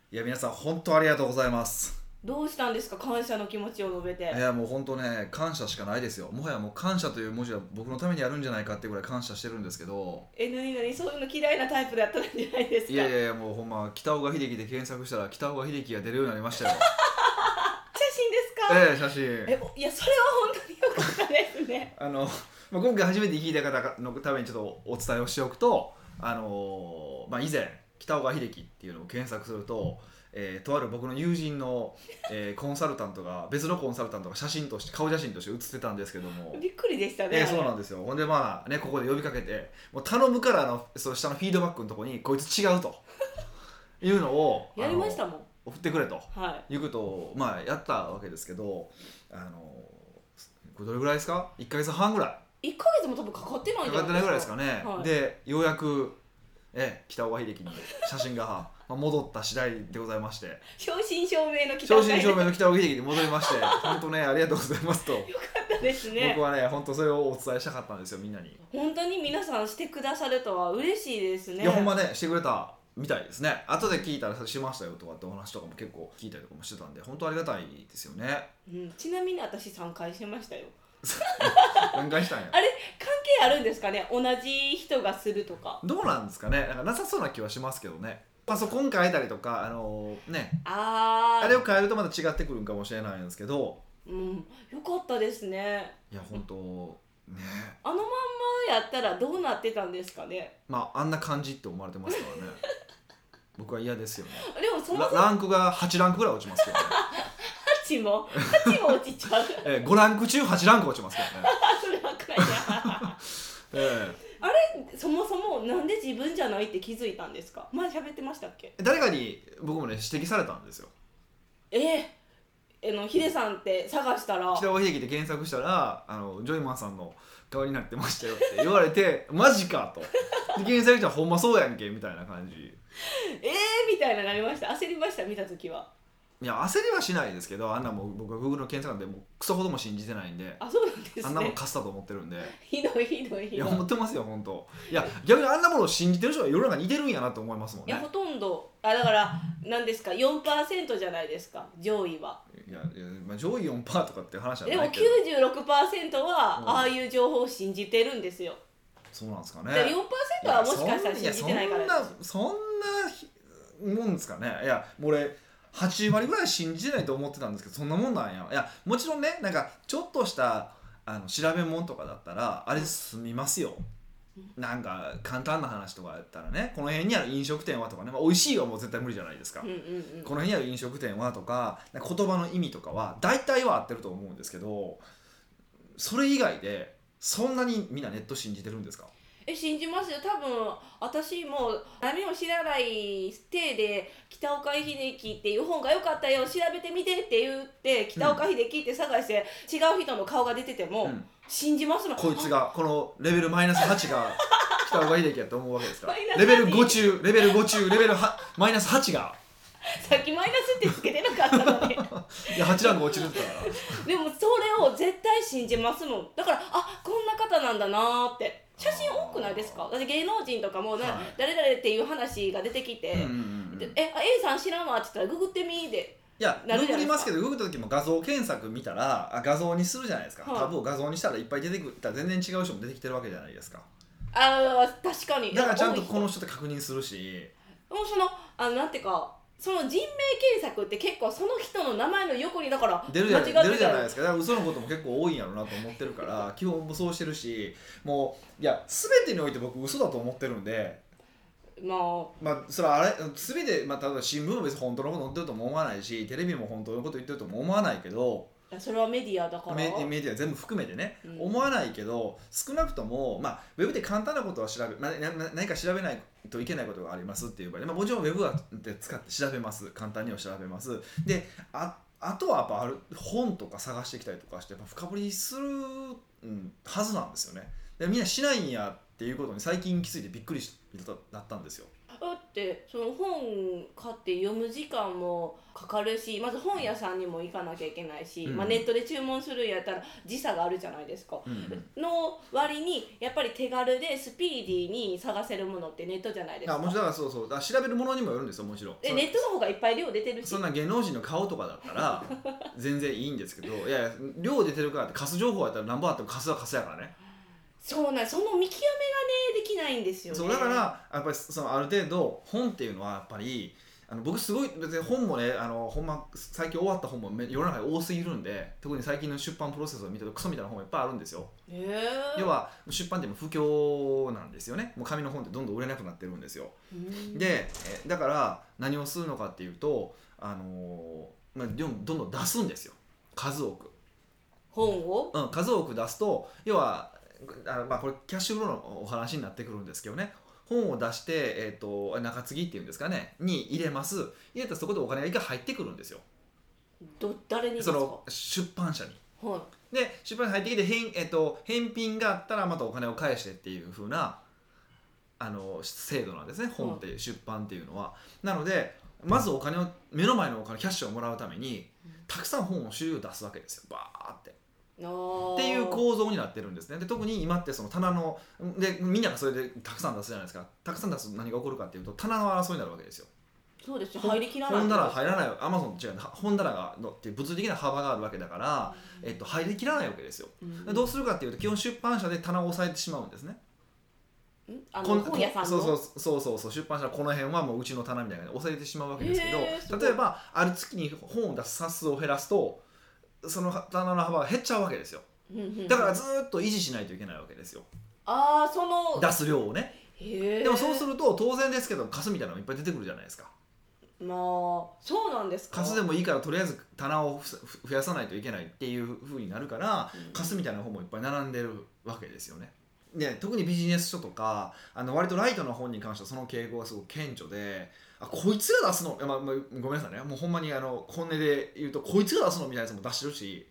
いや皆さん本当ありがとうございます。 どうしたんですか、感謝の気持ちを述べて。 いやもう本当ね感謝しかないですよ。もはやもう感謝という文字は僕のためにあるんじゃないかっていうぐらい感謝してるんですけど。 何そういうの嫌いなタイプだったんじゃないですか。 いやいやいやもうほんま北岡秀樹で検索したら北岡秀樹が出るようになりましたよ。 写真ですか？ 写真。 いやそれは本当に良かったですね。 今回初めて聞いた方のためにちょっとお伝えをしておくと、以前北岡秀樹っていうのを検索すると、とある僕の友人の、コンサルタントが別のコンサルタントが写真として顔写真として写ってたんですけども、 びっくりでしたね。 そうなんですよ。ほんでここで呼びかけてもう頼むからその下のフィードバックのところにこいつ違うというのをやりましたもん。 送ってくれと、 はい、 いうことをやったわけですけど、これどれぐらいですか？1ヶ月半ぐらい 1ヶ月も多分かかってないんじゃかかってないぐらいですかね、 はい、 でようやく北岡秀樹に写真が戻った次第でございまして、 正真正銘の北岡秀樹、 正真正銘の北岡秀樹に戻りまして本当ねありがとうございますと。 よかったですね。 僕はね本当それをお伝えしたかったんですよ、みんなに。 本当に皆さんしてくださるとは嬉しいですね。 いやほんまねしてくれたみたいですね。後で聞いたらしましたよとかってお話とかも結構聞いたりとかもしてたんで本当ありがたいですよね。 ちなみに私3回しましたよ。 何回したんや。 あれ関係あるんですかね、同じ人がするとか。 どうなんですかね。なんかなさそうな気はしますけどね。パソコン変えたりとかあれを変えるとまた違ってくるんかもしれないんですけど、 よかったですね。 いや本当ね、 あのまんまやったらどうなってたんですかね。 あんな感じって思われてますからね。僕は嫌ですよね。 でもそもそもランクが8ランクぐらい落ちますけどね。 8も落ちちゃう。 5ランク中8ランク落ちますけどね。 それは赤いな。あれそもそもなんで自分じゃないって気づいたんですか？前喋ってましたっけ？ 誰かに僕もね指摘されたんですよ。 ヒデさんって探したら北岡秀樹で検索したらジョイマンさんの顔になってましたよって言われてマジかと。で検索したらほんまそうやんけみたいな感じ。 みたいななりました。焦りました、見たときは。 いや焦りはしないですけど、あんなもう僕は Google の検索なんでもうクソほども信じてないんで、 そうなんですね。 あんなもん貸したと思ってるんで。 ひどい。 いや思ってますよ本当。いや逆にあんなものを信じてる人が世の中にいてるんやなと思いますもんね。 いやほとんどだから何ですか 4% じゃないですか、上位は。 いや上位 4% とかっていう話はでもないけど、 96% はああいう情報を信じてるんですよ。 そうなんですかね。 で 4% はもしかしたら信じてないからです。 そんなもんですかね。いやもう俺8割ぐらい信じてないと思ってたんですけど、そんなもんなんや。いやもちろんね、なんかちょっとした調べ物とかだったらあれ済みますよ。なんか簡単な話とかやったらね、この辺にある飲食店はとかね、美味しいはもう絶対無理じゃないですか。この辺にある飲食店はとか言葉の意味とかは大体は合ってると思うんですけど、それ以外でそんなにみんなネット信じてるんですか？ 信じますよ。多分私も何も知らない体で北岡秀樹っていう本が良かったよ調べてみてって言って北岡秀樹って探して違う人の顔が出てても、信じますもん。 こいつがこのレベルマイナス8が北岡秀樹やと思うわけですか？ マイナス8 レベル5中レベルマイナス8がさっきマイナスってつけてなかったのにいや8ランク落ちるって言ったからでもそれを絶対信じますもん。だからこんな方なんだなーって。写真多くないですか？だって芸能人とかも誰々っていう話が出てきて、A さん知らんわって言ったらググってみーで。 いやググりますけど、ググった時も画像検索見たら画像にするじゃないですか。タブを画像にしたらいっぱい出てくる。全然違う人も出てきてるわけじゃないですか。 確かに。 だからちゃんとこの人って確認するし、 もうなんていうかその人名検索って結構その人の名前の横にだから出るじゃないですか。だから嘘のことも結構多いんやろうなと思ってるから基本もそうしてるし、もういや全てにおいて僕嘘だと思ってるんで、それは全て、例えば新聞も別に本当のこと載ってるとも思わないし、テレビも本当のこと言ってるとも思わないけど、 それはメディアだからメディア全部含めてね、思わないけど少なくとも、ウェブで簡単なことは調べ、何か調べないといけないことがありますっていう場合、もちろんウェブで使って調べます。簡単には調べます。であとはやっぱ本とか探してきたりとかしてやっぱ深掘りする、はずなんですよね。でみんなしないんやっていうことに最近気づいてびっくりだったんですよ。 ってその本買って読む時間もかかるし、まず本屋さんにも行かなきゃいけないし、 うんまあ、ネットで注文するんやったら時差があるじゃないですか、の割にやっぱり手軽でスピーディーに探せるものってネットじゃないですか。 もちろんだからそうだから調べるものにもよるんですよ、もちろん。 ネットの方がいっぱい量出てるし、 そんな芸能人の顔とかだったら全然いいんですけど、いや量出てるからってカス情報やったら何本あってもカスはカスやからね。 そうなん、その見極めがねできないんですよね。 そうだからやっぱりそのある程度本っていうのはやっぱり僕すごい別に本もねほんま最近終わった本も世の中に多すぎるんで、特に最近の出版プロセスを見てるとクソみたいな本がいっぱいあるんですよ。要は出版っても不況なんですよね。もう紙の本ってどんどん売れなくなってるんですよ。でだから何をするのかっていうとどんどん出すんですよ、数多く。 本を、 数多く出すと要はこれキャッシュフローのお話になってくるんですけどね、本を出して、中継ぎっていうんですかねに入れます。入れたらそこでお金が一回入ってくるんですよ。 誰にですか？ その出版社に。 はい、 で出版社に入ってきて返品があったらまたお金を返してっていう風な制度なんですね、本っていう出版っていうのは。なのでまずお金を目の前のお金キャッシュをもらうためにたくさん本を種類を出すわけですよ、バーって。っていう構造になってるんですね。で特に今ってその棚のでみんながそれでたくさん出すじゃないですか。たくさん出すと何が起こるかっていうと棚の争いになるわけですよ。 そうですよ、入りきらない。 本棚入らない、アマゾンと違う、本棚がのっていう物理的な幅があるわけだから、入りきらないわけですよ。どうするかっていうと基本出版社で棚を押さえてしまうんですね。 本屋さんのそう出版社のこの辺はもううちの棚みたいなので押さえてしまうわけですけど、例えばある月に本を出す冊数を減らすとその棚の幅が減っちゃうわけですよ。だからずっと維持しないといけないわけですよ、 その出す量をね。でもそうすると当然ですけどカスみたいなのがいっぱい出てくるじゃないですか。 まあそうなんですか。 カスでもいいからとりあえず棚を増やさないといけないっていう風になるから、カスみたいな本もいっぱい並んでるわけですよね。で特にビジネス書とか割とライトな本に関してはその傾向がすごく顕著で、こいつが出すの、ごめんなさいね、もうほんまに本音で言うとこいつが出すのみたいなやつも出してるし、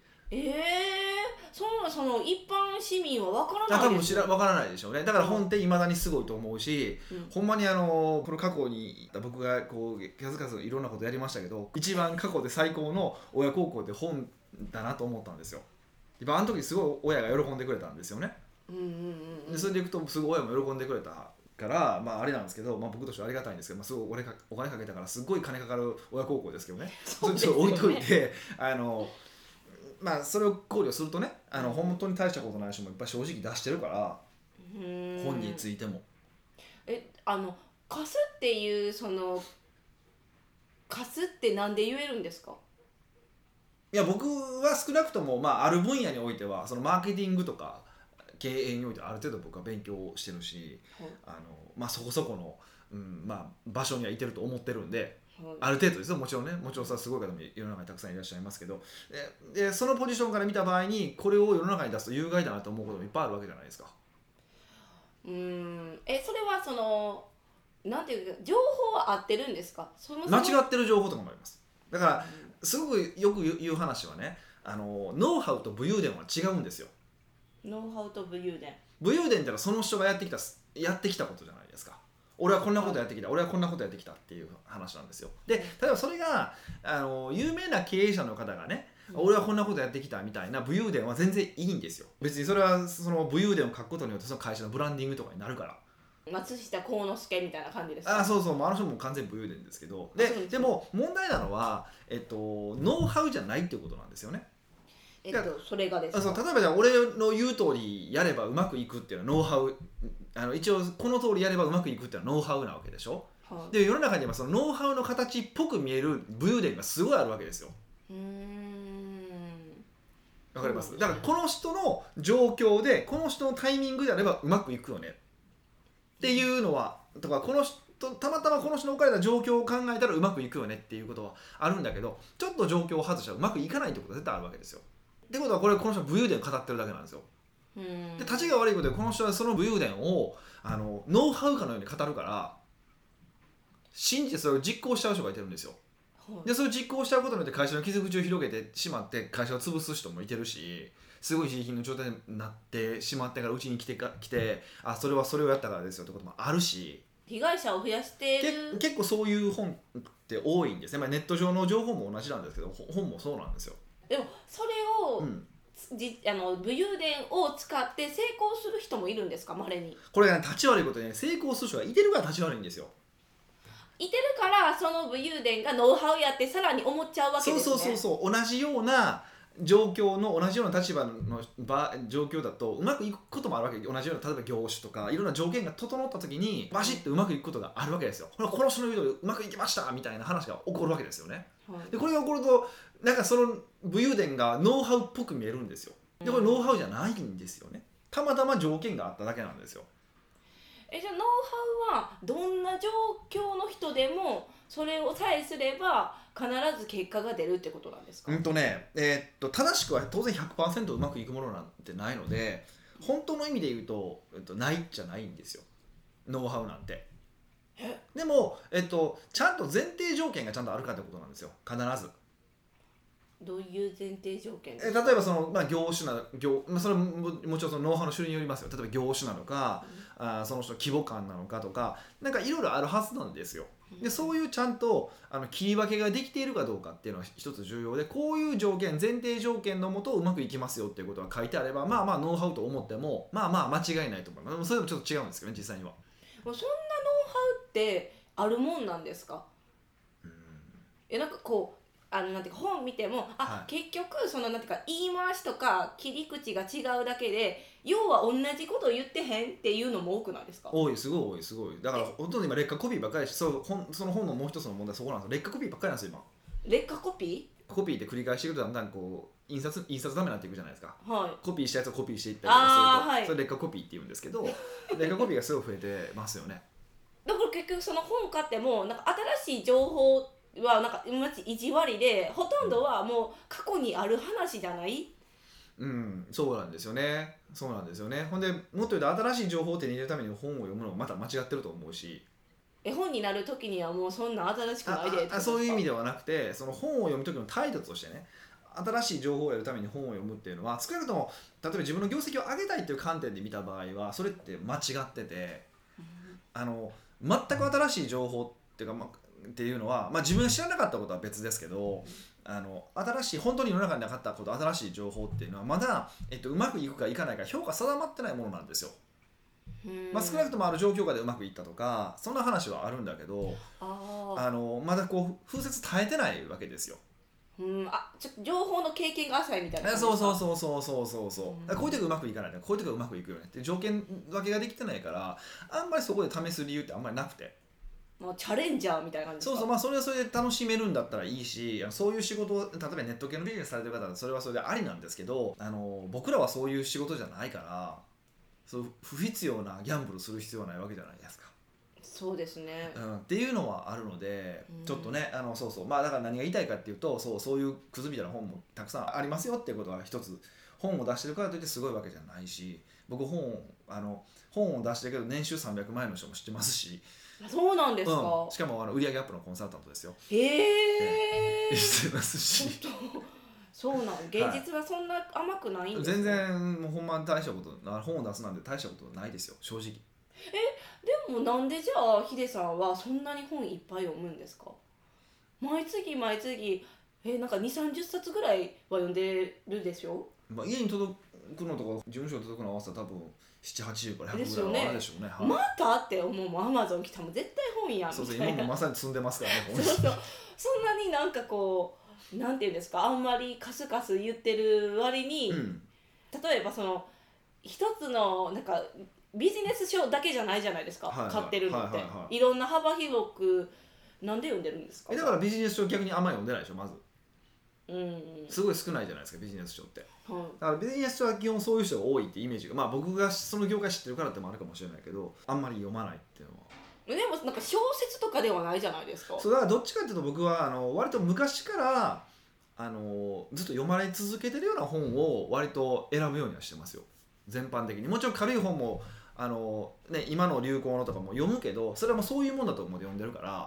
その一般市民は分からないですよ。 多分分からないでしょうね。だから本っていまだにすごいと思うし、ほんまにこの過去に僕がこう数々いろんなことやりましたけど、一番過去で最高の親孝行って本だなと思ったんですよ。やっぱあの時すごい親が喜んでくれたんですよね。でそれでいくとすごい親も喜んでくれたから、あれなんですけど、僕としてはありがたいんですけど、すごいお金かけたからすごい金かかる親孝行ですけどね。それちょっと置いといてそれを考慮するとね、本当に大したことない人もいっぱい正直出してるから、本についても。 貸すっていう貸すってなんで言えるんですか？ いや僕は少なくとも、ある分野においてはそのマーケティングとか経営においてはある程度僕は勉強してるし、そこそこの、場所にはいてると思ってるんで、ある程度ですよ。もちろんね、もちろんすごい方も世の中にたくさんいらっしゃいますけど、でそのポジションから見た場合にこれを世の中に出すと有害だなと思うこともいっぱいあるわけじゃないですか。 それはなんていうか情報は合ってるんですか？ 間違ってる情報とかもあります。だからすごくよく言う話はね、ノウハウと武勇伝は違うんですよ。 ノウハウと武勇伝。 武勇伝ってのはその人がやってきたことじゃないですか。俺はこんなことやってきた、俺はこんなことやってきたっていう話なんですよ。で例えばそれが有名な経営者の方がね、俺はこんなことやってきたみたいな武勇伝は全然いいんですよ。別にそれはその武勇伝を書くことによってその会社のブランディングとかになるから。 松下幸之助みたいな感じですか？ そうそう、あの人も完全に武勇伝ですけど、でも問題なのは、ノウハウじゃないっていうことなんですよね。 それがですか？ 例えばじゃあ俺の言う通りやればうまくいくっていうのはノウハウ、一応この通りやればうまくいくっていうのはノウハウなわけでしょ。で世の中にはそのノウハウの形っぽく見える武勇伝がすごいあるわけですよ。わかります？だからこの人の状況でこの人のタイミングであればうまくいくよねっていうのは、とかこの人たまたまこの人の置かれた状況を考えたらうまくいくよねっていうことはあるんだけど、ちょっと状況を外したらうまくいかないってことが絶対あるわけですよ。ってことはこの人は武勇伝を語ってるだけなんですよ。で立ちが悪いことでこの人はその武勇伝をノウハウかのように語るから信じてそれを実行しちゃう人がいてるんですよ。でそれを実行しちゃうことによって会社の傷口を広げてしまって会社を潰す人もいてるし、すごい非品の状態になってしまってからうちに来てそれはそれをやったからですよってこともあるし、 被害者を増やしてる。 結構そういう本って多いんですね、まあ、ネット上の情報も同じなんですけど本もそうなんですよ。 でもそれを、武勇伝を使って成功する人もいるんですか、稀に。 これが、ね、立ち悪いことにね、成功する人がいてるから立ち悪いんですよ。 いてるからその武勇伝がノウハウやってさらに思っちゃうわけですね。 そう同じような状況の同じような立場の状況だとうまくいくこともあるわけ。同じような例えば業種とかいろんな条件が整った時にバシッとうまくいくことがあるわけですよ。これはこの人の言う通りうまくいきましたみたいな話が起こるわけですよね、はい、でこれが起こるとなんかその武勇伝がノウハウっぽく見えるんですよ。でこれノウハウじゃないんですよね。たまたま条件があっただけなんですよ。 じゃあノウハウはどんな状況の人でもそれをさえすれば必ず結果が出るってことなんですか？ 正しくは当然 100% うまくいくものなんてないので、本当の意味で言うと、ないじゃないんですよ、ノウハウなんて。でも、ちゃんと前提条件がちゃんとあるかってことなんですよ、必ず。 どういう前提条件ですか？ 例えばその、業種それもちろんそのノウハウの種類によりますよ。例えば業種なのか、その人の規模感なのかとか、なんかいろいろあるはずなんですよ。でそういうちゃんと切り分けができているかどうかっていうのは一つ重要で、こういう条件前提条件のもとうまくいきますよっていうことが書いてあれば、まあまあノウハウと思ってもまあまあ間違いないと思います。それもちょっと違うんですけどね、実際には。 そんなノウハウってあるもんなんですか？なんかこうなんていうか本見ても結局そのなんていうか言い回しとか切り口が違うだけで要は同じことを言ってへんっていうのも多くないですか？ 多い、すごい多い、すごい。だからほとんど今劣化コピーばっかりし、その本のもう一つの問題はそこなんですよ。劣化コピーばっかりなんですよ今。 劣化コピコピーって繰り返していくとだんだんこう印刷ダメになっていくじゃないですか、 はい、 コピーしたやつをコピーしていったりとかすると、 はい、 それ劣化コピーって言うんですけど劣化コピーがすごい増えてますよね。 だから結局その本買ってもなんか新しい情報はなんか意地悪いでほとんどはもう過去にある話じゃない？ そうなんですよね。そうなんですよね。ほんでもっと言うと新しい情報を手に入れるために本を読むのもまた間違ってると思うし、 本になる時にはもうそんな新しくないでそういう意味ではなくて、その本を読む時の態度としてね、新しい情報を得るために本を読むっていうのは少なくとも例えば自分の業績を上げたいっていう観点で見た場合はそれって間違ってて、全く新しい情報っていうか、っていうのは、自分が知らなかったことは別ですけど、新しい本当に世の中になかったこと新しい情報っていうのはまだ、うまくいくかいかないか評価定まってないものなんですよ。少なくともある状況下でうまくいったとかそんな話はあるんだけど、まだこう風雪耐えてないわけですよ。 ちょっと情報の経験が浅いみたいな。 そう、こういう時うまくいかないね、こういう時はうまくいくよねって条件分けができてないから、あんまりそこで試す理由ってあんまりなくて、 もうチャレンジャーみたいな感じですか？ それはそれで楽しめるんだったらいいし、そういう仕事を例えばネット系のビジネスされてる方はそれはそれでありなんですけど、僕らはそういう仕事じゃないから、そう不必要なギャンブルする必要はないわけじゃないですか。 そうですね、 っていうのはあるので、ちょっとねだから何が言いたいかっていうと、そういうクズみたいな本もたくさんありますよっていうことは一つ、本を出してるからといってすごいわけじゃないし、僕本を出してるけど年収300万円の人も知ってますし。 そうなんですか？ しかも売上アップのコンサルタントですよ。 知ってますし。 そうなん、現実はそんな甘くないんですか？ 全然もうほんまに大したこと、本を出すなんて大したことないですよ、正直。 でもなんでじゃあヒデさんはそんなに本いっぱい読むんですか？毎月なんか 2,30 冊ぐらいは読んでるでしょ？ 家に届くのとか事務所に届くの合わせたら多分780から100ぐらいはあるでしょうね。 またって思うもん、アマゾン来たも絶対本やんみたいな。 今もまさに積んでますからね。 そんなになんかこうなんていうんですか、あんまりカスカス言ってる割に、例えばその一つのなんかビジネス書だけじゃないじゃないですか、買ってるのって、いろんな幅広くなんで読んでるんですか？ だからビジネス書逆にあんまり読んでないでしょ、まず。すごい少ないじゃないですか、ビジネス書って。だからビジネス書は基本そういう人が多いってイメージが、僕がその業界知ってるからってもあるかもしれないけど、あんまり読まないっていうのは。 でもなんか小説とかではないじゃないですか。 そうだからどっちかっていうと僕は割と昔からずっと読まれ続けてるような本を割と選ぶようにはしてますよ、全般的に。もちろん軽い本も今の流行のとかも読むけど、それはもうそういうもんだと思って読んでるから。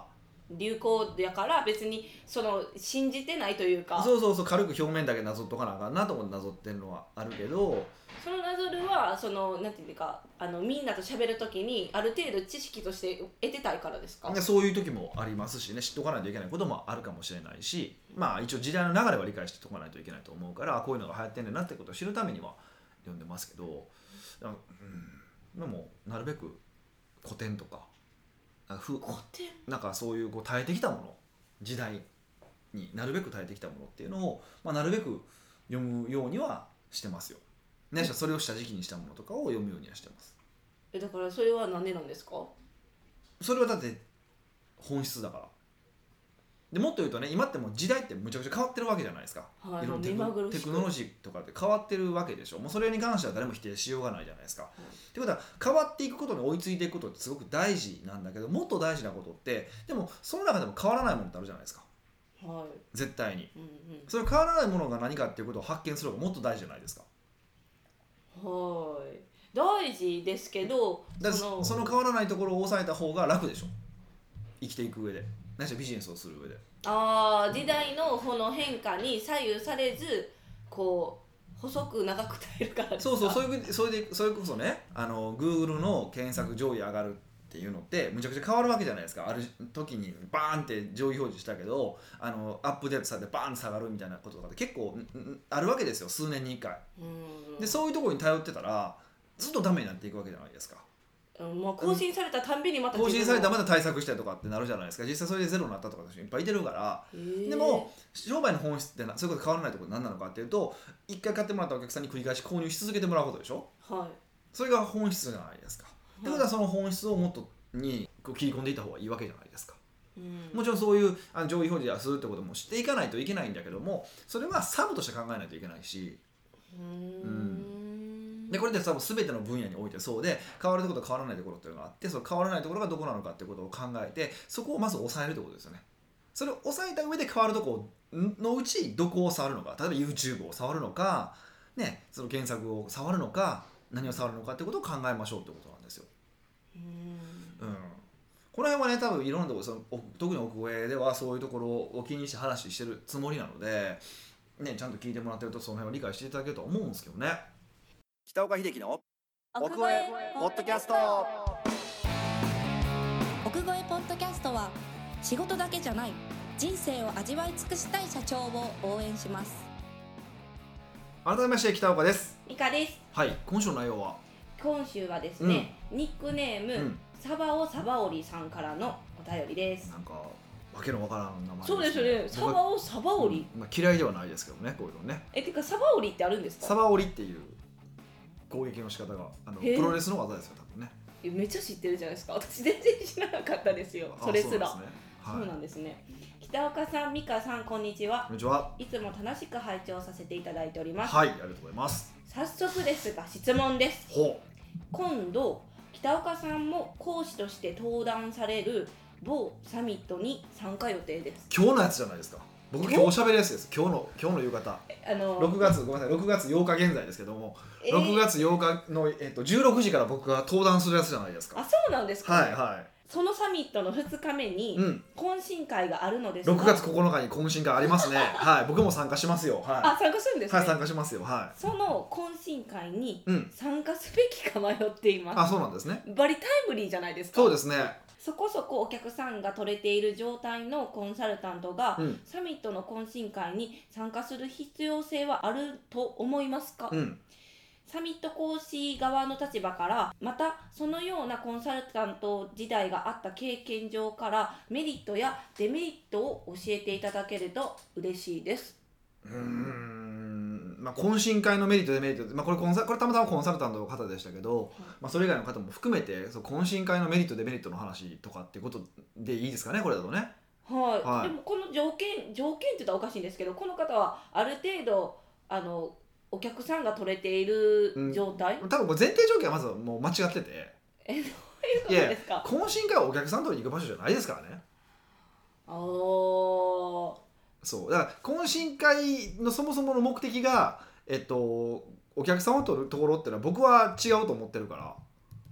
流行やから別にその信じてないというか、 そうそうそう、軽く表面だけなぞっとかなあかんなと思ってなぞってるのはあるけど、 そのなぞるはそのなんていうかみんなと喋るときにある程度知識として得てたいからですか？ でそういう時もありますしね、知っとかないといけないこともあるかもしれないし、まあ一応時代の流れは理解しておかないといけないと思うから、こういうのが流行ってんねんなってことを知るためには読んでますけど、でもなるべく古典とか古典なんかそういう耐えてきたもの、時代になるべく耐えてきたものっていうのを、なるべく読むようにはしてますよ。ね、それを下敷きにしたものとかを読むようにはしてます。 だからそれは何でなんですか？ それはだって本質だから。でもっと言うとね、今ってもう時代ってむちゃくちゃ変わってるわけじゃないですか。 はい、 いろんなテクノロジーとかって変わってるわけでしょ。もうそれに関しては誰も否定しようがないじゃないですか。ってことは変わっていくことに追いついていくことってすごく大事なんだけど、もっと大事なことってでもその中でも変わらないものってあるじゃないですか。 はい、 絶対に、 うんうん、 それ変わらないものが何かっていうことを発見する方がもっと大事じゃないですか。 はい大事ですけど、 その変わらないところを抑えた方が楽でしょ、生きていく上で、何しろビジネスをする上で。 時代のこの変化に左右されずこう細く長く耐えるからですか？ そうそう、それこそね、Google の検索上位上がるっていうのってむちゃくちゃ変わるわけじゃないですか。ある時にバーンって上位表示したけどアップデートされてバーンって下がるみたいなこととかって結構あるわけですよ、数年に1回。でそういうところに頼ってたらずっとダメになっていくわけじゃないですか。 更新されたたんびにまた更新されたらまた対策したりとかってなるじゃないですか。実際それでゼロになったとか人いっぱいいてるから。でも商売の本質ってそういうこと変わらないところ何なのかっていうと、1回買ってもらったお客さんに繰り返し購入し続けてもらうことでしょ。 はい、 それが本質じゃないですか。ってことはその本質をもっとに切り込んでいった方がいいわけじゃないですか。もちろんそういう上位表示はするってことも知っていかないといけないんだけども、それはサブとして考えないといけないし、でこれで多分全ての分野においてそうで、変わるところと変わらないところっていうのがあって、その変わらないところがどこなのかっていうことを考えて、そこをまず抑えるってことですよね。それを抑えた上で変わるところのうちどこを触るのか、例えば YouTube を触るのか、ね、その検索を触るのか、何を触るのかってことを考えましょうってことなんですよ。この辺はね、多分いろんなところ、特に奥越えではそういうところを気にして話してるつもりなので、ね、ちゃんと聞いてもらってるとその辺を理解していただけると思うんですけどね。北岡秀樹の奥越えポッドキャスト。 奥越えポッドキャストは仕事だけじゃない人生を味わい尽くしたい社長を応援します。 改めまして北岡です。 ミカです。 はい、今週の内容は今週はですね、ニックネーム、サバオサバオリさんからのお便りです。 なんかわけのわからん名前ですね。 そうですね、サバオサバオリ、 嫌いではないですけどね、こういうのね。 てかサバオリってあるんですか？ サバオリっていう攻撃の仕方がプロレスの技ですよ、多分ね。 めっちゃ知ってるじゃないですか。私全然知らなかったですよ、それすら。そうなんですね。北岡さん、美香さん、こんにちは。 こんにちは。 いつも楽しく拝聴させていただいております。 はい、ありがとうございます。 早速ですが質問です。今度北岡さんも講師として登壇される某サミットに参加予定です。 今日のやつじゃないですか。僕今日喋るやつです。今日の夕方。6月8日現在ですけども、6月8日の16時から僕が登壇するやつじゃないですか。 あ、そうなんですか、ね。 はいはい。 そのサミットの2日目に懇親会があるのですが、 6月9日に懇親会ありますね。はい、僕も参加しますよ。はい。 あ、参加するんですね。 はい、参加しますよ。はい。 その懇親会に参加すべきか迷っています。 あ、そうなんですね。 バリタイムリーじゃないですか。 そうですね。 そこそこお客さんが取れている状態のコンサルタントが、サミットの懇親会に参加する必要性はあると思いますか？サミット講師側の立場から、またそのようなコンサルタント時代があった経験上からメリットやデメリットを教えていただけると嬉しいです。 懇親会のメリットデメリット、これたまたまコンサルタントの方でしたけど、それ以外の方も含めて懇親会のメリットデメリットの話とかっていうことでいいですかね、これだとね。 はい、でもこの条件って言ったらおかしいんですけど、この方はある程度お客さんが取れている状態、 多分前提条件はまずもう間違ってて、 どういうことですか？ 懇親会はお客さん取りに行く場所じゃないですからね。そうだから懇親会のそもそもの目的が、お客さんを取るところっていうのは僕は違うと思ってるか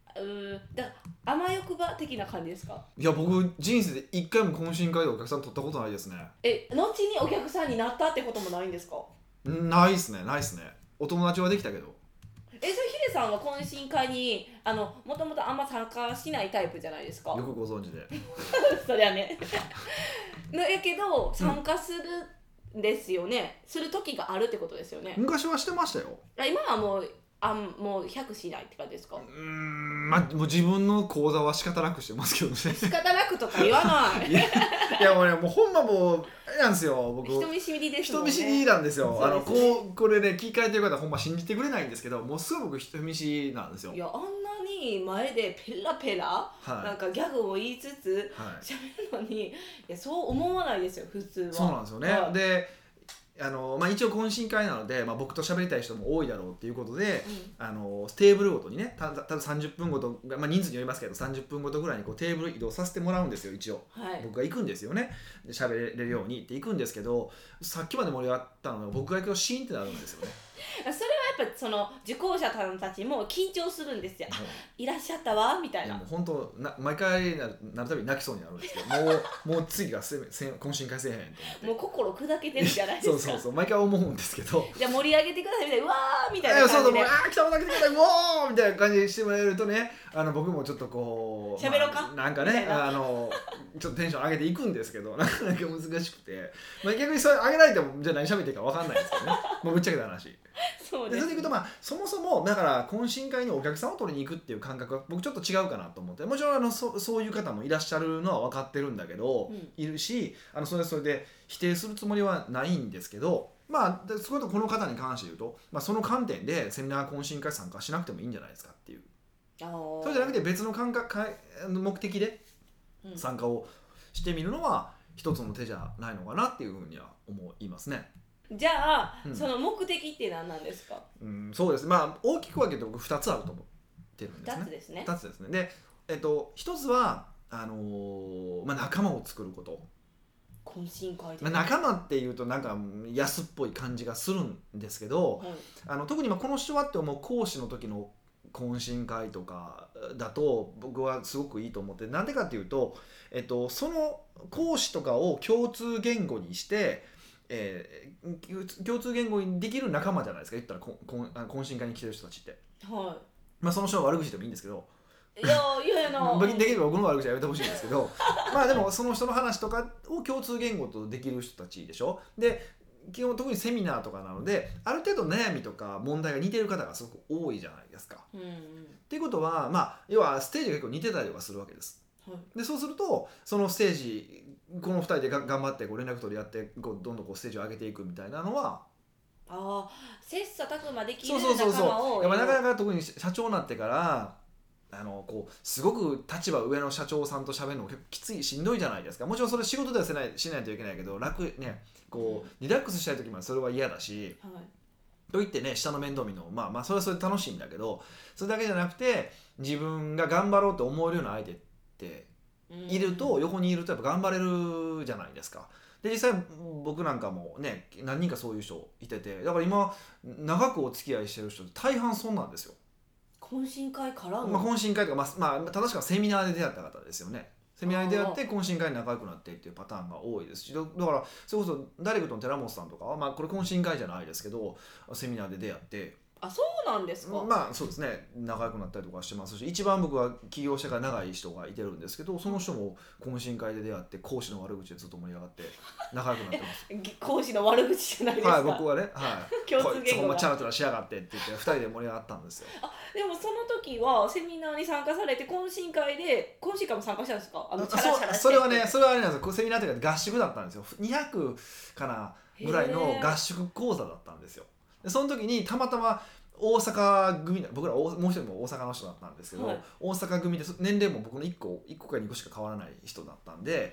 だから甘欲場的な感じですか？ いや僕人生で一回も懇親会でお客さん取ったことないですね。 後にお客さんになったってこともないんですか？ ないっすね、ないっすね。お友達はできたけど。 それヒデさんは懇親会にもともとあんま参加しないタイプじゃないですか。 よくご存知で。 そりゃねやけど参加するんですよね、する時があるってことですよね。 昔はしてましたよ。 今はもうもう100しないって感じですか？ まあもう自分の講座は仕方なくしてますけどね。 仕方なくとか言わないいやもうね、もうほんまもうあれなんですよ、僕人見知りですもんね。 人見知りなんですよ。 そうですねこれね聞かれてる方はほんま信じてくれないんですけど、もうすごい僕人見知りなんですよ。 いやあんなに前でペラペラ、 はいなんかギャグを言いつつはい喋るのに、いやそう思わないですよ普通は。 そうなんですよね。 はいでまあ、一応懇親会なので、まあ、僕と喋りたい人も多いだろうっていうことで、テーブルごとにね、ただ30分ごと、まあ、人数によりますけど30分ごとぐらいにこうテーブル移動させてもらうんですよ一応。 はい僕が行くんですよね。で喋れるようにって行くんですけど、さっきまで盛り上がったのが僕が行くとシーンってなるんですよね。 それはやっぱその受講者さんたちも緊張するんですよ。いらっしゃったわみたいな。 いやもう本当毎回なるたびに泣きそうになるんですけど、もう次が懇親会せえへんと思って。 もう心砕けてるじゃないですか。 そう毎回思うんですけど。 じゃあ盛り上げてくださいみたいな、うわーみたいな感じで。 そうもう来たもんだけてください、もうみたいな感じにしてもらえるとね、僕もちょっとこう喋ろうか、 なんかねちょっとテンション上げていくんですけど、なかなか難しくて、まあ、逆にそれ上げられてもじゃあ何喋っていいか分かんないですよね。もうぶっちゃけた話。 そうです。 でそれでいくと、まあそもそもだから懇親会にお客さんを取りに行くっていう感覚は僕ちょっと違うかなと思って、もちろんそういう方もいらっしゃるのは分かってるんだけど、いるしそれで否定するつもりはないんですけど、まあそれとこの方に関して言うと、まあ、その観点でセミナー懇親会参加しなくてもいいんじゃないですかっていう、それじゃなくて別の目的で参加をしてみるのは一つの手じゃないのかなっていうふうには思いますね。 じゃあ、その目的って何なんですか？ そうですね、まあ大きく分けて僕2つあると思ってるんですね。 2つですね。 2つですね。で、1つはまあ、仲間を作ること。 懇親会で、 仲間っていうとなんか安っぽい感じがするんですけど、特にこの人はって思う講師の時の懇親会とかだと僕はすごくいいと思って、なんでかっていうと、その講師とかを共通言語にして、共通言語にできる仲間じゃないですか、言ったら懇親会に来てる人たちって、 はい、 まあ、その人の悪口でもいいんですけど、 いやなできれば僕の悪口はやめてほしいんですけどまあでもその人の話とかを共通言語とできる人たちでしょ。で基本特にセミナーとかなのである程度悩みとか問題が似てる方がすごく多いじゃないですか。っていうことは、まあ、要はステージが結構似てたりとかするわけです。でそうするとそのステージこの2人で頑張って連絡取り合ってどんどんステージを上げていくみたいなのは、 切磋琢磨できる仲間をなかなか特に社長になってからすごく立場上の社長さんと喋るのも結構きついしんどいじゃないですか。もちろんそれ仕事ではしないといけないけどリラックスしたい時もそれは嫌だし、と言ってね下の面倒見るのまあそれはそれで楽しいんだけど、それだけじゃなくて自分が頑張ろうと思えるような相手っていると、横にいるとやっぱ頑張れるじゃないですか。で実際僕なんかもね何人かそういう人いてて、だから今長くお付き合いしてる人大半そんなんですよ。 懇親会からの、懇親会とか、正しくはセミナーで出会った方ですよね。セミナーで出会って懇親会で仲良くなってっていうパターンが多いですし、だからそれこそダイレクトの寺本さんとかは、これ懇親会じゃないですけどセミナーで出会って、 そうなんですか。 そうですね、仲良くなったりとかしてますし、一番僕は起業してから長い人がいてるんですけど、その人も懇親会で出会って講師の悪口でずっと盛り上がって仲良くなってます講師の悪口じゃないですか。 はい、僕はね、 共通言語がこいつほんまチャラチャラしやがってって言って2人で盛り上がったんですよ。 でもその時はセミナーに参加されて懇親会も参加したんですか？ それはあれなんですよ。セミナーというか合宿だったんですよ。200かなぐらいの合宿講座だったんですよ。でその時にたまたま大阪組、僕らもう一人も大阪の人だったんですけど、大阪組で年齢も僕の1個か2個しか変わらない人だったんで、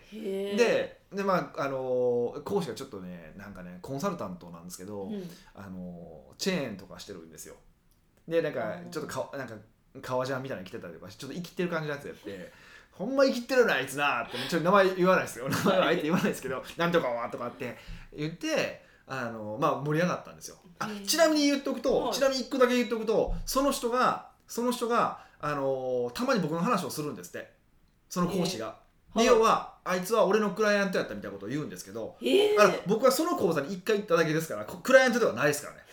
講師がちょっとねコンサルタントなんですけど、チェーンとかしてるんですよ。でちょっと革ジャンみたいなの着てたりとかちょっと生きてる感じのやつやって、ほんま生きてるなあいつなって、ちょっと名前言わないですよ、名前はあえて言わないですけどなんとかはとかって言って盛り上がったんですよ。ちなみに言っとくと、ちなみに1個だけ言っとくと、その人がたまに僕の話をするんですって、その講師が。 はい要はあいつは俺のクライアントやったみたいなことを言うんですけど、僕はその講座に1回行っただけですから、クライアントではないですからね。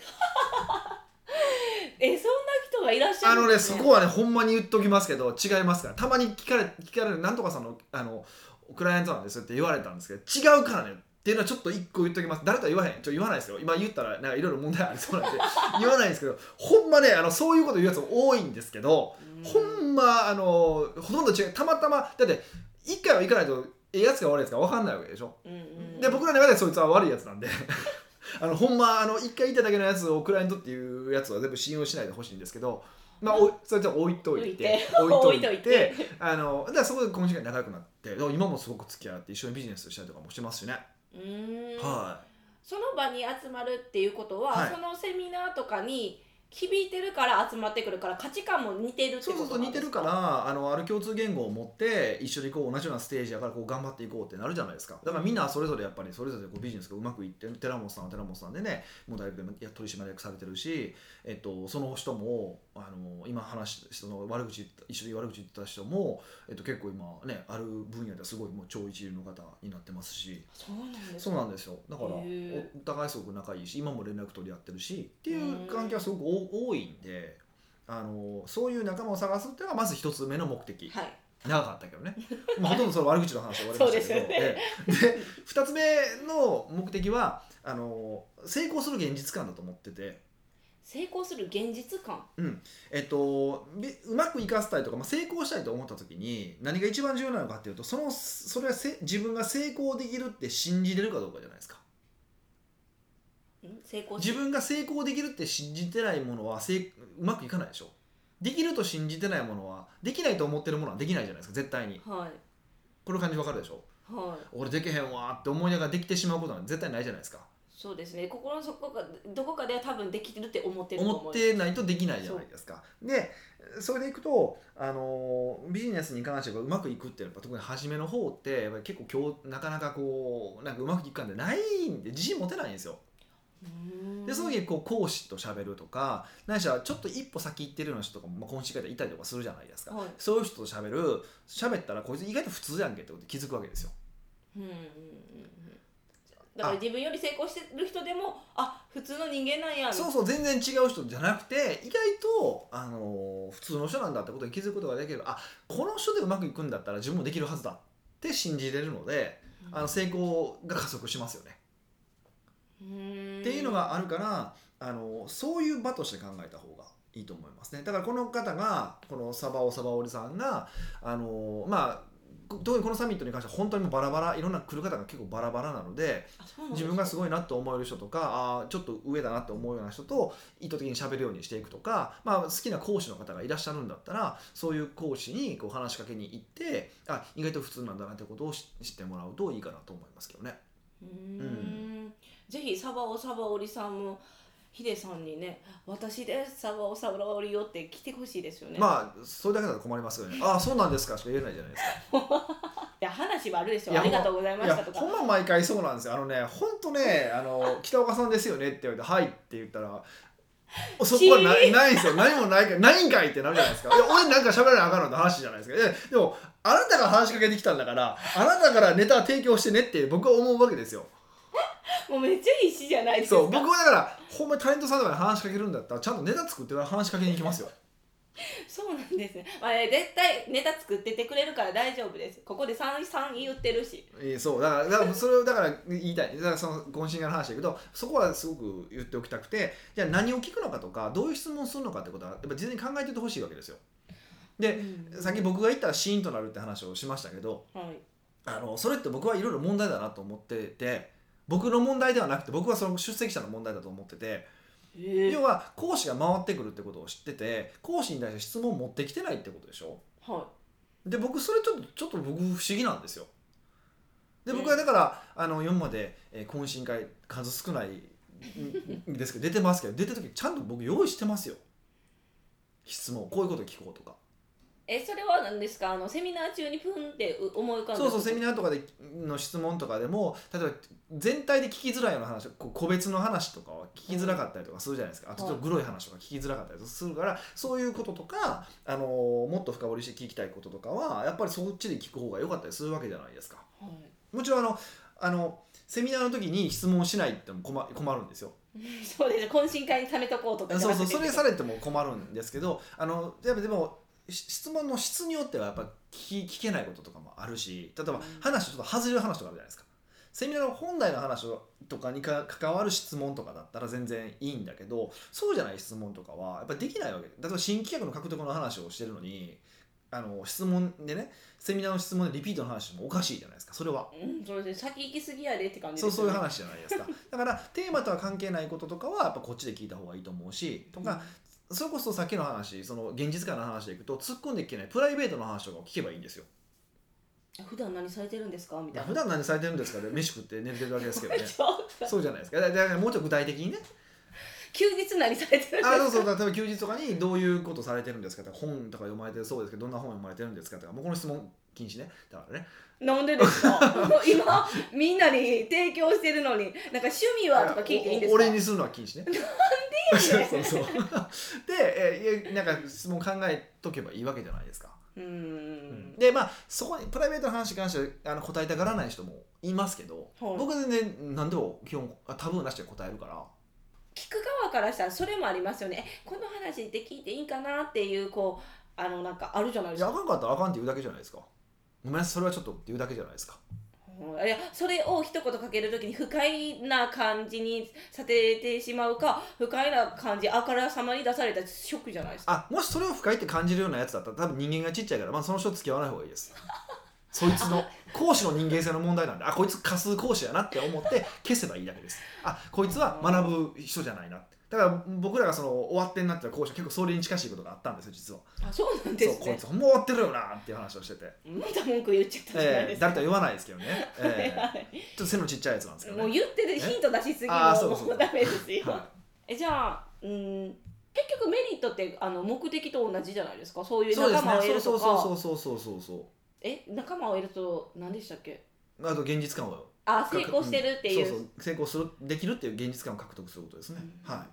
そんな人がいらっしゃるんですね。 そこはねほんまに言っときますけど違いますから。たまに聞かれるなんとかさんのクライアントなんですって言われたんですけど、違うからねっていうのはちょっと1個言っときます。誰とは言わへん、言わないですよ。今言ったらなんかいろいろ問題ありそうなんで言わないんですけど、ほんまねそういうこと言うやつ多いんですけど、ほんまほとんど違う。たまたまだって1回は行かないとやつが悪いやつか分かんないわけでしょ、で僕らの中でそいつは悪いやつなんでほんま1回言っただけのやつをクライアントっていうやつは全部信用しないでほしいんですけど、まあそれじゃ置いといてだからそこで懇親会仲良くなって、今もすごく付き合って一緒にビジネスしたりとかもしてますしね。はい。 その場に集まるっていうことは、はい、そのセミナーとかに響いてるから集まってくるから価値観も似てるってことなんですか？ そう似てるからある共通言語を持って一緒に同じようなステージやから頑張っていこうってなるじゃないですか。だからみんなそれぞれやっぱりそれぞれビジネスがうまくいってる。寺本さんは寺本さんでね、もう大学で取締役されてるし、その人も今話した人の一緒に悪口言ってた人も、結構今ねある分野ではすごいもう超一流の方になってますし。そうなんですよ。だからお互いすごく仲いいし、今も連絡取り合ってるしっていう関係はすごく多いんで、そういう仲間を探すっていうのがまず一つ目の目的、はい、長かったけどねまあほとんどその悪口の話は終わりましたけどで2つ目の目的は成功する現実感だと思ってて。 成功する現実感、 うまくいかせたいとか、成功したいと思った時に何が一番重要なのかっていうと、それは自分が成功できるって信じれるかどうかじゃないですか。自分が成功できるって信じてないものはうまくいかないでしょ。できると信じてないものは、できないと思ってるものはできないじゃないですか、絶対に、はい、この感じ分かるでしょ、はい、俺できへんわって思いながらできてしまうことは絶対ないじゃないですか。 そうですね、心の底がどこかでは多分できるって思ってると思ってないとできないじゃないですか。でそれでいくとビジネスに関してはうまくいくっていうのは特に初めの方ってやっぱり結構なかなかなんかうまくいく感じないんで自信持てないんですよ。でその時講師と喋るとか、ないしはちょっと一歩先行ってるような人とかも懇親会でいたりとかするじゃないですか、はい、そういう人と喋ったらこいつ意外と普通やんけってことで気づくわけですよ。 だから自分より成功してる人でも普通の人間なんや。 そう全然違う人じゃなくて意外と普通の人なんだってことに気づくことができれば、この人でうまくいくんだったら自分もできるはずだって信じれるので、成功が加速しますよね。っていうのがあるからそういう場として考えた方がいいと思いますね。だからこの方がこのサバオリさんが特にこのサミットに関しては本当にバラバラ、いろんな来る方が結構バラバラなので、自分がすごいなと思える人とかちょっと上だなと思うような人と意図的に喋るようにしていくとか、好きな講師の方がいらっしゃるんだったらそういう講師に話しかけに行って意外と普通なんだなってことを知ってもらうといいかなと思いますけどね。 ぜひサバオリさんもヒデさんにね、私ですサバオリよって来てほしいですよね。 それだけだと困りますよね。そうなんですかしか言えないじゃないですかいや話はあるでしょ。ありがとうございましたとか。 ほんま毎回そうなんですよ。ほんとね北岡さんですよねって言われてはいって言ったらそこはないんですよ。何もないからないんかいってなるじゃないですか。俺なんか喋らなあかんのって話じゃないですか。でもあなたが話しかけてきたんだからあなたからネタ提供してねって僕は思うわけですよ。 もうめっちゃ必死じゃないですか。 そう僕はだからほんまにタレントさんとかに話しかけるんだったらちゃんとネタ作ってから話しかけに行きますよ。 そうなんですね。絶対ネタ作っててくれるから大丈夫です。ここで3言ってるし。 そうだからそれをだから言いたい。だからその懇親会の話だけど、そこはすごく言っておきたくて、じゃあ何を聞くのかとかどういう質問をするのかってことはやっぱ事前に考えておいてほしいわけですよ。で、さっき僕が言ったらシーンとなるって話をしましたけど、はい、それって僕はいろいろ問題だなと思ってて、僕の問題ではなくて僕はその出席者の問題だと思ってて、要は講師が回ってくるってことを知ってて講師に対して質問を持ってきてないってことでしょ。はい、で僕それちょっと僕不思議なんですよ。で僕はだから今まで懇親会数少ないですけど出てますけど、出てる時ちゃんと僕用意してますよ。質問こういうこと聞こうとか。 それは何ですか、セミナー中にプンって思い浮かんだ。 そうそう、セミナーとかでの質問とかでも、例えば全体で聞きづらいような話、個別の話とかは聞きづらかったりとかするじゃないですか、あとちょっとグロい話とか聞きづらかったりするから、そういうこととか、もっと深掘りして聞きたいこととかはやっぱりそっちで聞く方が良かったりするわけじゃないですか。 はい、 もちろんセミナーの時に質問しないっても困るんですよ。 そうです、懇親会に貯めとこうとか。 そうそう、それされても困るんですけど、やっぱでも質問の質によってはやっぱ聞けないこととかもあるし、例えば話ちょっと外れる話とかあるじゃないですか。セミナーの本来の話とかに関わる質問とかだったら全然いいんだけど、そうじゃない質問とかはやっぱりできないわけで、例えば新規客の獲得の話をしてるのに質問でね、セミナーの質問でリピートの話もおかしいじゃないですか、それは。 そうですね、先行き過ぎやでって感じですよね。 そういう話じゃないですか。だからテーマとは関係ないこととかはやっぱこっちで聞いた方がいいと思うし、とか、それこそさっきの話、その現実界の話でいくと突っ込んでいけないプライベートの話とかを聞けばいいんですよ。 普段何されてるんですかみたいな。 普段何されてるんですかで、飯食って寝てるだけですけどね。 ちょっとそうじゃないですか。だからもうちょっと具体的にね。 休日何されてるんですか。 そうそう、例えば休日とかにどういうことされてるんですかとか、本とか読まれてるそうですけどどんな本読まれてるんですかとか、もうこの質問禁止ね。だからね。 なんでですか今みんなに提供してるのに、なんか趣味はとか聞いていいんですか。 俺にするのは禁止ね。なんでやねんそうそう。で、なんか質問考えとけばいいわけじゃないですか。でまあそこにプライベートの話に関しては答えたがらない人もいますけど、 はい、 僕は全然何でも基本タブーなしで答えるから。 聞く側からしたらそれもありますよね。この話って聞いていいかなっていうなんかあるじゃないですか。 いや、あかんかったらあかんって言うだけじゃないですか。ごめんなさい、それはちょっとって言うだけじゃないですか。 いや、それを一言かけるときに不快な感じにさせてしまうか、不快な感じあからさまに出されたらショックじゃないですか。 もしそれを不快って感じるようなやつだったら多分人間がちっちゃいから、その人と付き合わない方がいいです。そいつの講師の人間性の問題なんで、こいつ仮数講師やなって思って消せばいいだけです。こいつは学ぶ人じゃないなって。だから僕らが終わってになってた講師は結構それに近しいことがあったんですよ、実は。 そうなんですね。 こいつほんま終わってるよなっていう話をしてて、 また文句言っちゃったじゃないですか。 誰とは言わないですけどね、ちょっと背のちっちゃいやつなんですけどね。 もう言ってるヒント出しすぎもうダメですよ。じゃあ結局メリットって目的と同じじゃないですか。そういう仲間を得るとか。 そう仲間を得ると何でしたっけ。 あと現実感を成功してるっていう、 そう成功できるっていう現実感を獲得することですね。はい。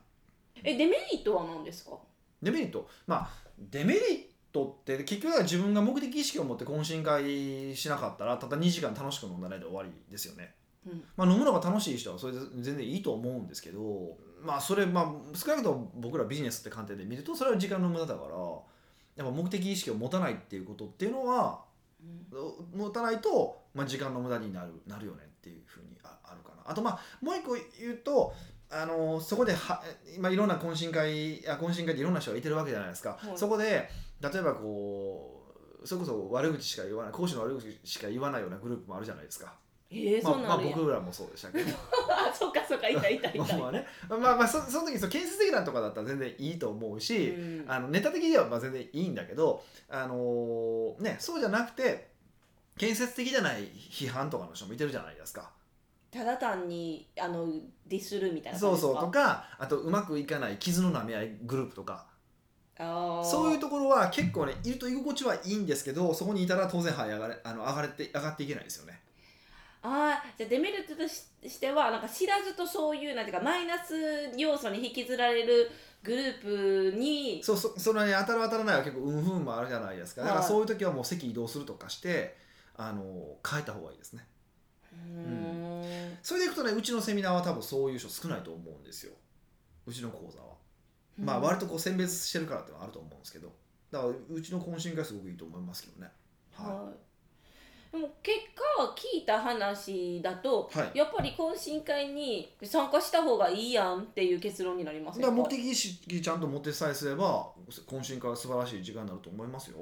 デメリットは何ですか。 デメリット、デメリットって結局は自分が目的意識を持って懇親会しなかったらたった2時間楽しく飲んだらで終わりですよね。飲むのが楽しい人はそれで全然いいと思うんですけど、それ少なくとも僕らビジネスって観点で見るとそれは時間の無駄だから、やっぱ目的意識を持たないっていうことっていうのは、持たないと、時間の無駄になるよねっていうふうにあるかな。あともう一個言うと、そこでいろんな懇親会でいろんな人がいてるわけじゃないですか。そこで例えばそれこそ悪口しか言わない、講師の悪口しか言わないようなグループもあるじゃないですか。 そうなん僕らもそうでしたけどそうかいたね、 その時建設的なとかだったら全然いいと思うし、ネタ的には全然いいんだけど、そうじゃなくて建設的じゃない批判とかの人もいてるじゃないですか。 ただ単にディスるみたいな感じですか。そうとか、あとうまくいかない傷の舐め合いグループとか、そういうところは結構ね、いると居心地はいいんですけど、そこにいたら当然上がっていけないですよね。 じゃあデメリットとしてはなんか知らずとそういうなんていうかマイナス要素に引きずられるグループに、 それに当たる当たらないは結構不運もあるじゃないですか。だからそういう時はもう席移動するとかして変えた方がいいですね。それでいくとね、うちのセミナーは多分そういう人少ないと思うんですよ、うちの講座は。割と選別してるからっていうのはあると思うんですけど、だからうちの懇親会すごくいいと思いますけどね。 でも結果聞いた話だと、やっぱり懇親会に参加した方がいいやんっていう結論になりますね。 だから目的意識ちゃんと持ってさえすれば懇親会は素晴らしい時間になると思いますよ。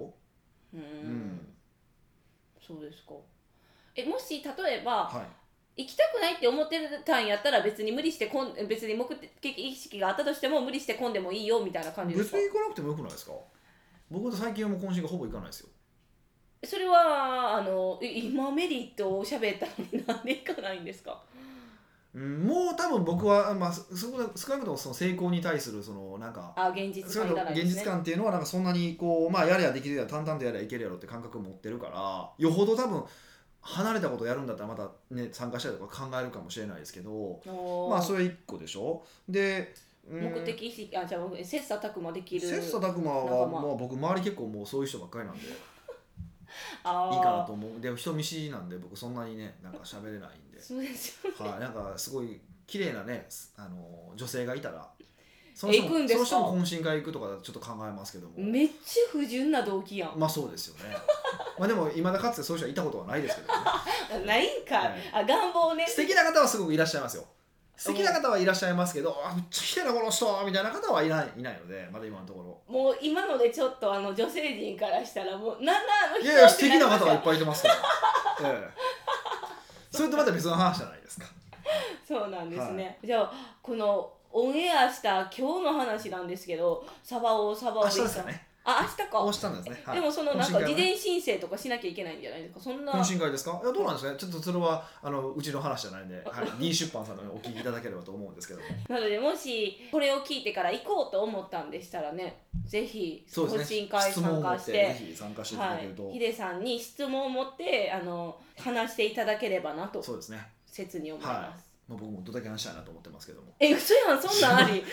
そうですか。もし例えば、行きたくないって思ってたんやったら別に無理して別に目的意識があったとしても無理して混んでもいいよみたいな感じですか。 別に行かなくてもよくないですか。僕と最近はもう懇親会ほぼ行かないですよ。 それは今メリットを喋ったのになんで行かないんですか。 もう多多分僕は、少なくともその成功に対するそのなんか現実そういうの現実感っていうのはなんかそんなにこうやれやできるやろ淡々とやれやいけるやろって感覚を持ってるからよほど多分離れたことをやるんだったらまたね参加したりとか考えるかもしれないですけどそれ1個でしょで目的意識じゃあ切磋琢磨できる切磋琢磨は僕周り結構もうそういう人ばっかりなんでいいかなと思う。でも人見知りなんで僕そんなにねなんか喋れないんでそうですよね、 なんかすごい綺麗なね女性がいたらそ行くんですか？ その人も懇親会行くとかちょっと考えますけどもめっちゃ不純な動機やん。 そうですよねでも未だかつてそういう人はいたことはないですけどねないんか、願望ね。 素敵な方はすごくいらっしゃいますよ。素敵な方はいらっしゃいますけどめっちゃ綺麗なこの人みたいな方はいないのでまだ今のところもう今のでちょっと女性陣からしたらもうなんだあの人いや素敵な方はいっぱいいてますからそれとまた別の話じゃないですか。 そうなんですね、じゃあこのオンエアした今日の話なんですけどサバオ明日ですかね。 明日か。 明日なんですね、 でもそのなんか事前申請とかしなきゃいけないんじゃないですか。そんな懇親会ですか。いやどうなんですかね。ちょっとそれはうちの話じゃないんで、D 出版さんのお聞きいただければと思うんですけどもなのでもしこれを聞いてから行こうと思ったんでしたらねぜひ懇親会参加してぜひ参加していただけると、 ヒデさんに質問を持って話していただければなとそうですね切に思います、 僕もどれだけ話したいなと思ってますけども嘘やんそんなんあり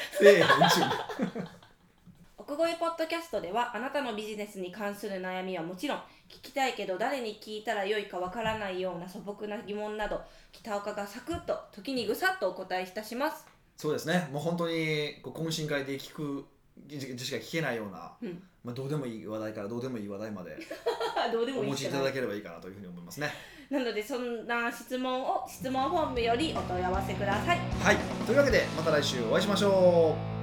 奥越ポッドキャストではあなたのビジネスに関する悩みはもちろん聞きたいけど誰に聞いたらよいかわからないような素朴な疑問など北岡がサクッと時にぐさっとお答えいたします。 そうですね。もう本当に懇親会で聞くしか聞けないような、どうでもいい話題からどうでもいい話題までどうでもいいお持ちいただければいいかなというふうに思いますね。 なのでそんな質問を質問フォームよりお問い合わせください。 はい、というわけでまた来週お会いしましょう。